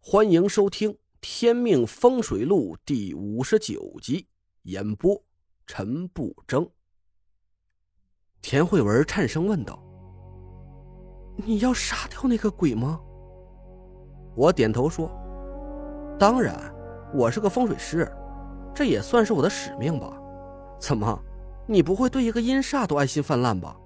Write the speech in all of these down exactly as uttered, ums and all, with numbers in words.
欢迎收听《天命风水录》第五十九集，演播陈不争。田慧文颤声问道：你要杀掉那个鬼吗？我点头说：当然，我是个风水师，这也算是我的使命吧。怎么，你不会对一个阴煞都爱心泛滥吧？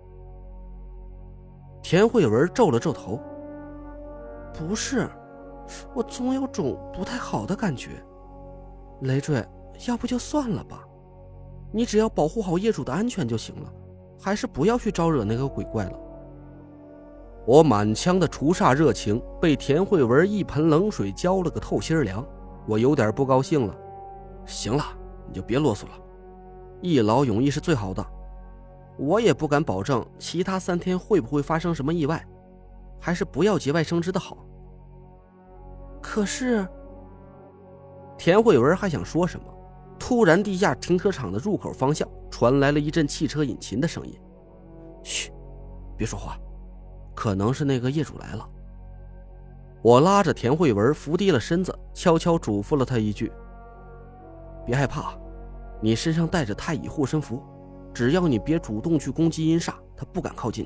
田慧文皱了皱头：不是，我总有种不太好的感觉。累赘，要不就算了吧，你只要保护好业主的安全就行了，还是不要去招惹那个鬼怪了。我满腔的除煞热情被田慧文一盆冷水浇了个透心凉，我有点不高兴了。行了，你就别啰嗦了，一劳永逸是最好的。我也不敢保证其他三天会不会发生什么意外，还是不要节外生枝的好。可是，田慧文还想说什么，突然地下停车场的入口方向传来了一阵汽车引擎的声音。嘘，别说话，可能是那个业主来了。我拉着田慧文伏低了身子，悄悄嘱咐了他一句：别害怕，你身上带着太乙护身符，只要你别主动去攻击阴煞，他不敢靠近你。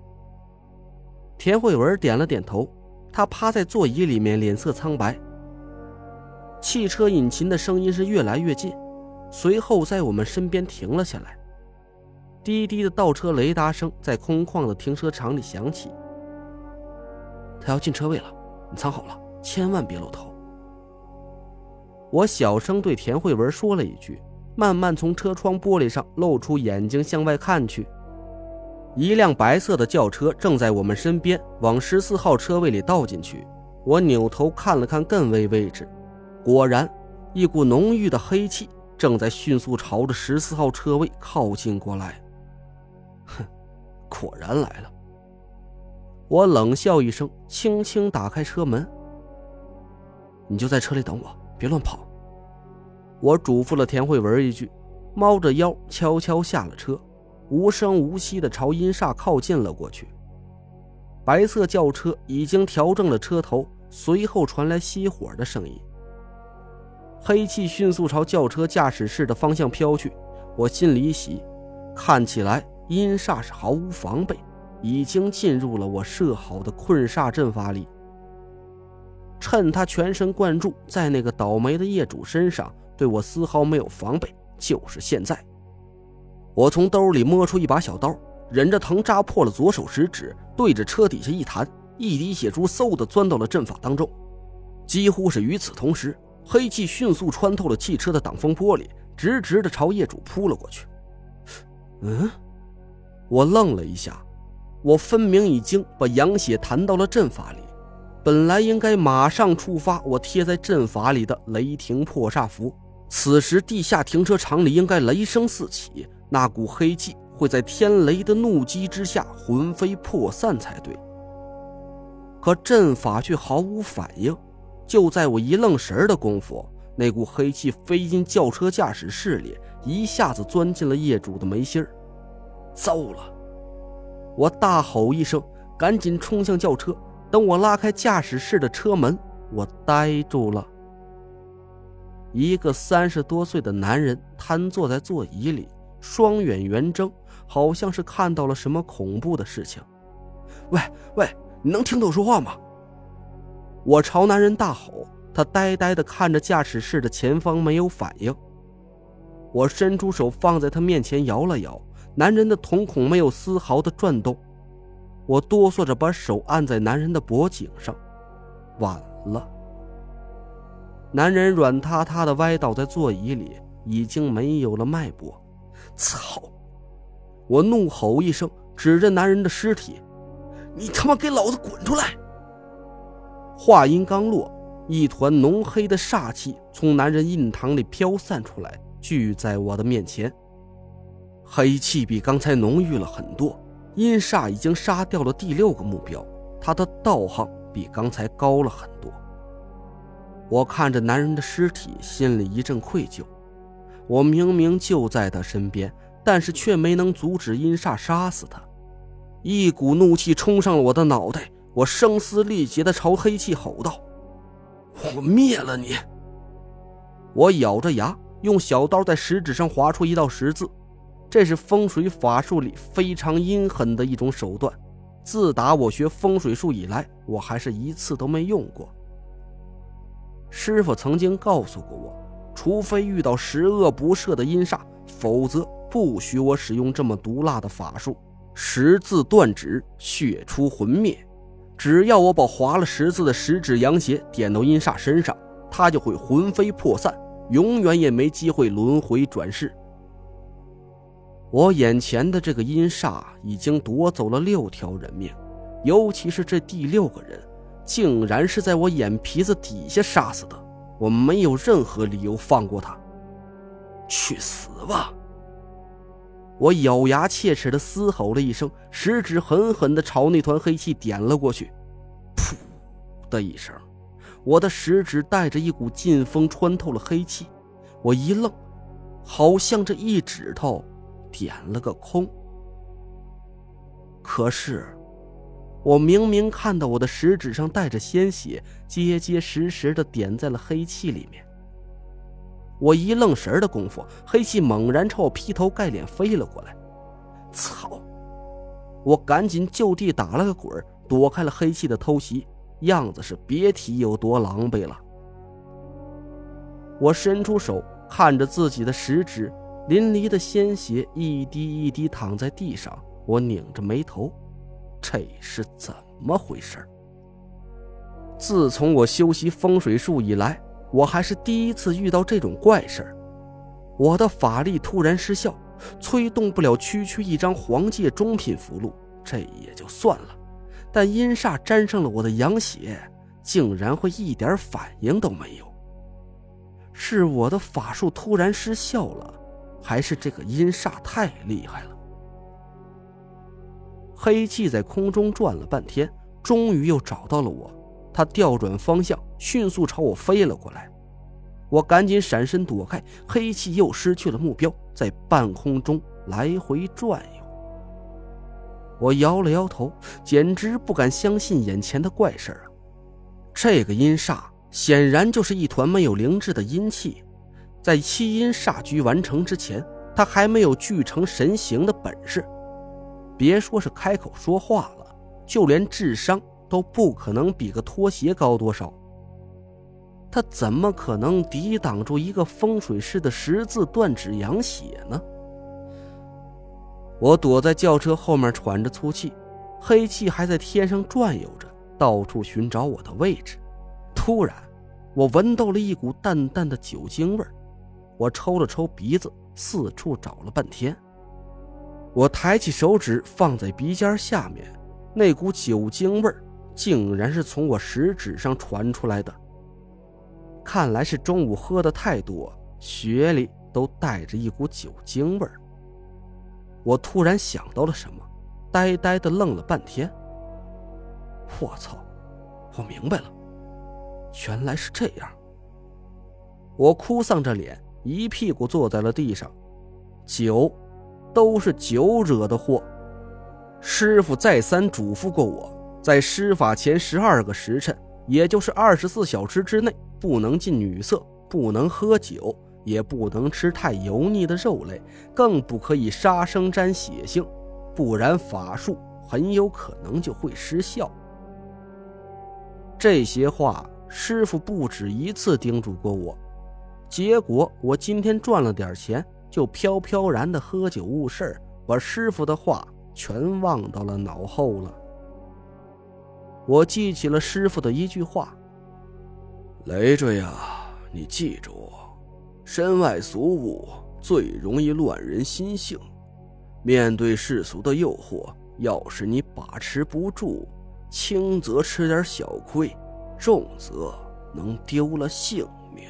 田慧文点了点头，他趴在座椅里面，脸色苍白。汽车引擎的声音是越来越近，随后在我们身边停了下来。滴滴的倒车雷达声在空旷的停车场里响起。他要进车位了，你藏好了，千万别露头。我小声对田慧文说了一句，慢慢从车窗玻璃上露出眼睛向外看去。一辆白色的轿车正在我们身边往十四号车位里倒进去。我扭头看了看更位位置，果然一股浓郁的黑气正在迅速朝着十四号车位靠近过来。哼，果然来了。我冷笑一声，轻轻打开车门。你就在车里等我，别乱跑。我嘱咐了田慧文一句，猫着腰悄悄下了车，无声无息地朝阴煞靠近了过去。白色轿车已经调整了车头，随后传来熄火的声音。黑气迅速朝轿车驾驶室的方向飘去，我心里一喜，看起来阴煞是毫无防备，已经进入了我设好的困煞阵法里。趁他全神贯注在那个倒霉的业主身上，对我丝毫没有防备，就是现在。我从兜里摸出一把小刀，忍着疼扎破了左手食指，对着车底下一弹，一滴血珠嗖地钻到了阵法当中。几乎是与此同时，黑气迅速穿透了汽车的挡风玻璃，直直地朝业主扑了过去。嗯，我愣了一下，我分明已经把阳血弹到了阵法里，本来应该马上触发我贴在阵法里的雷霆破煞符，此时地下停车场里应该雷声四起，那股黑气会在天雷的怒击之下魂飞魄散才对。可阵法却毫无反应，就在我一愣神的功夫，那股黑气飞进轿车驾驶室里，一下子钻进了业主的眉心儿。糟了！我大吼一声，赶紧冲向轿车。等我拉开驾驶室的车门，我呆住了。一个三十多岁的男人瘫坐在座椅里，双眼圆睁，好像是看到了什么恐怖的事情。喂喂，你能听懂说话吗？我朝男人大吼，他呆呆地看着驾驶室的前方，没有反应。我伸出手放在他面前摇了摇，男人的瞳孔没有丝毫的转动。我哆嗦着把手按在男人的脖颈上，晚了。男人软塌塌地歪倒在座椅里，已经没有了脉搏。操！我怒吼一声，指着男人的尸体：你他妈给老子滚出来！话音刚落，一团浓黑的煞气从男人印堂里飘散出来，聚在我的面前。黑气比刚才浓郁了很多，阴煞已经杀掉了第六个目标，他的道行比刚才高了很多。我看着男人的尸体，心里一阵愧疚。我明明就在他身边，但是却没能阻止阴煞杀死他。一股怒气冲上了我的脑袋，我声嘶力竭地朝黑气吼道： 我灭了你！我咬着牙，用小刀在食指上划出一道十字，这是风水法术里非常阴狠的一种手段。自打我学风水术以来，我还是一次都没用过。师傅曾经告诉过我，除非遇到十恶不赦的阴煞，否则不许我使用这么毒辣的法术。十字断指，血出魂灭。只要我把划了十字的十指阳血点到阴煞身上，他就会魂飞魄散，永远也没机会轮回转世。我眼前的这个阴煞已经夺走了六条人命，尤其是这第六个人竟然是在我眼皮子底下杀死的，我没有任何理由放过他。去死吧！我咬牙切齿地嘶吼了一声，食指狠狠地朝那团黑气点了过去。噗的一声，我的食指带着一股劲风穿透了黑气，我一愣，好像这一指头点了个空。可是我明明看到我的食指上带着鲜血，结结实实地点在了黑气里面。我一愣神的功夫，黑气猛然朝我劈头盖脸飞了过来。操！我赶紧就地打了个滚，躲开了黑气的偷袭，样子是别提有多狼狈了。我伸出手，看着自己的食指，淋漓的鲜血一滴一滴淌在地上，我拧着眉头，这是怎么回事？自从我修习风水术以来，我还是第一次遇到这种怪事儿。我的法力突然失效，催动不了区区一张黄界中品符箓，这也就算了，但阴煞沾上了我的阳血，竟然会一点反应都没有。是我的法术突然失效了，还是这个阴煞太厉害了？黑气在空中转了半天，终于又找到了我。他调转方向，迅速朝我飞了过来。我赶紧闪身躲开，黑气又失去了目标，在半空中来回转悠。我摇了摇头，简直不敢相信眼前的怪事啊！这个阴煞显然就是一团没有灵智的阴气，在七阴煞局完成之前，他还没有聚成神形的本事。别说是开口说话了，就连智商都不可能比个拖鞋高多少。他怎么可能抵挡住一个风水师的十字断指阳血呢？我躲在轿车后面喘着粗气，黑气还在天上转悠着，到处寻找我的位置。突然我闻到了一股淡淡的酒精味儿，我抽了抽鼻子，四处找了半天。我抬起手指放在鼻尖下面，那股酒精味儿竟然是从我食指上传出来的。看来是中午喝的太多，血里都带着一股酒精味儿。我突然想到了什么，呆呆地愣了半天。我操，我明白了，原来是这样。我哭丧着脸，一屁股坐在了地上。酒，都是酒惹的祸。师傅再三嘱咐过我，在施法前十二个时辰，也就是二十四小时之内，不能近女色，不能喝酒，也不能吃太油腻的肉类，更不可以杀生沾血腥，不然法术很有可能就会失效。这些话师傅不止一次叮嘱过我，结果我今天赚了点钱，就飘飘然的喝酒误事，把师傅的话全忘到了脑后了。我记起了师傅的一句话：累赘啊，你记住，身外俗物最容易乱人心性，面对世俗的诱惑，要是你把持不住，轻则吃点小亏，重则能丢了性命。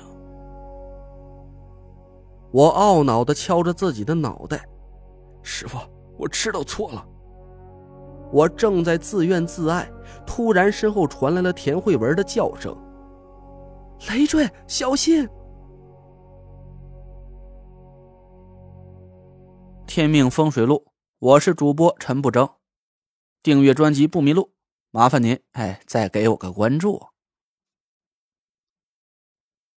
我懊恼地敲着自己的脑袋，师傅，我知道错了。我正在自怨自艾，突然身后传来了田慧文的叫声：累赘，小心！天命风水录，我是主播陈不争。订阅专辑不迷路，麻烦您哎再给我个关注。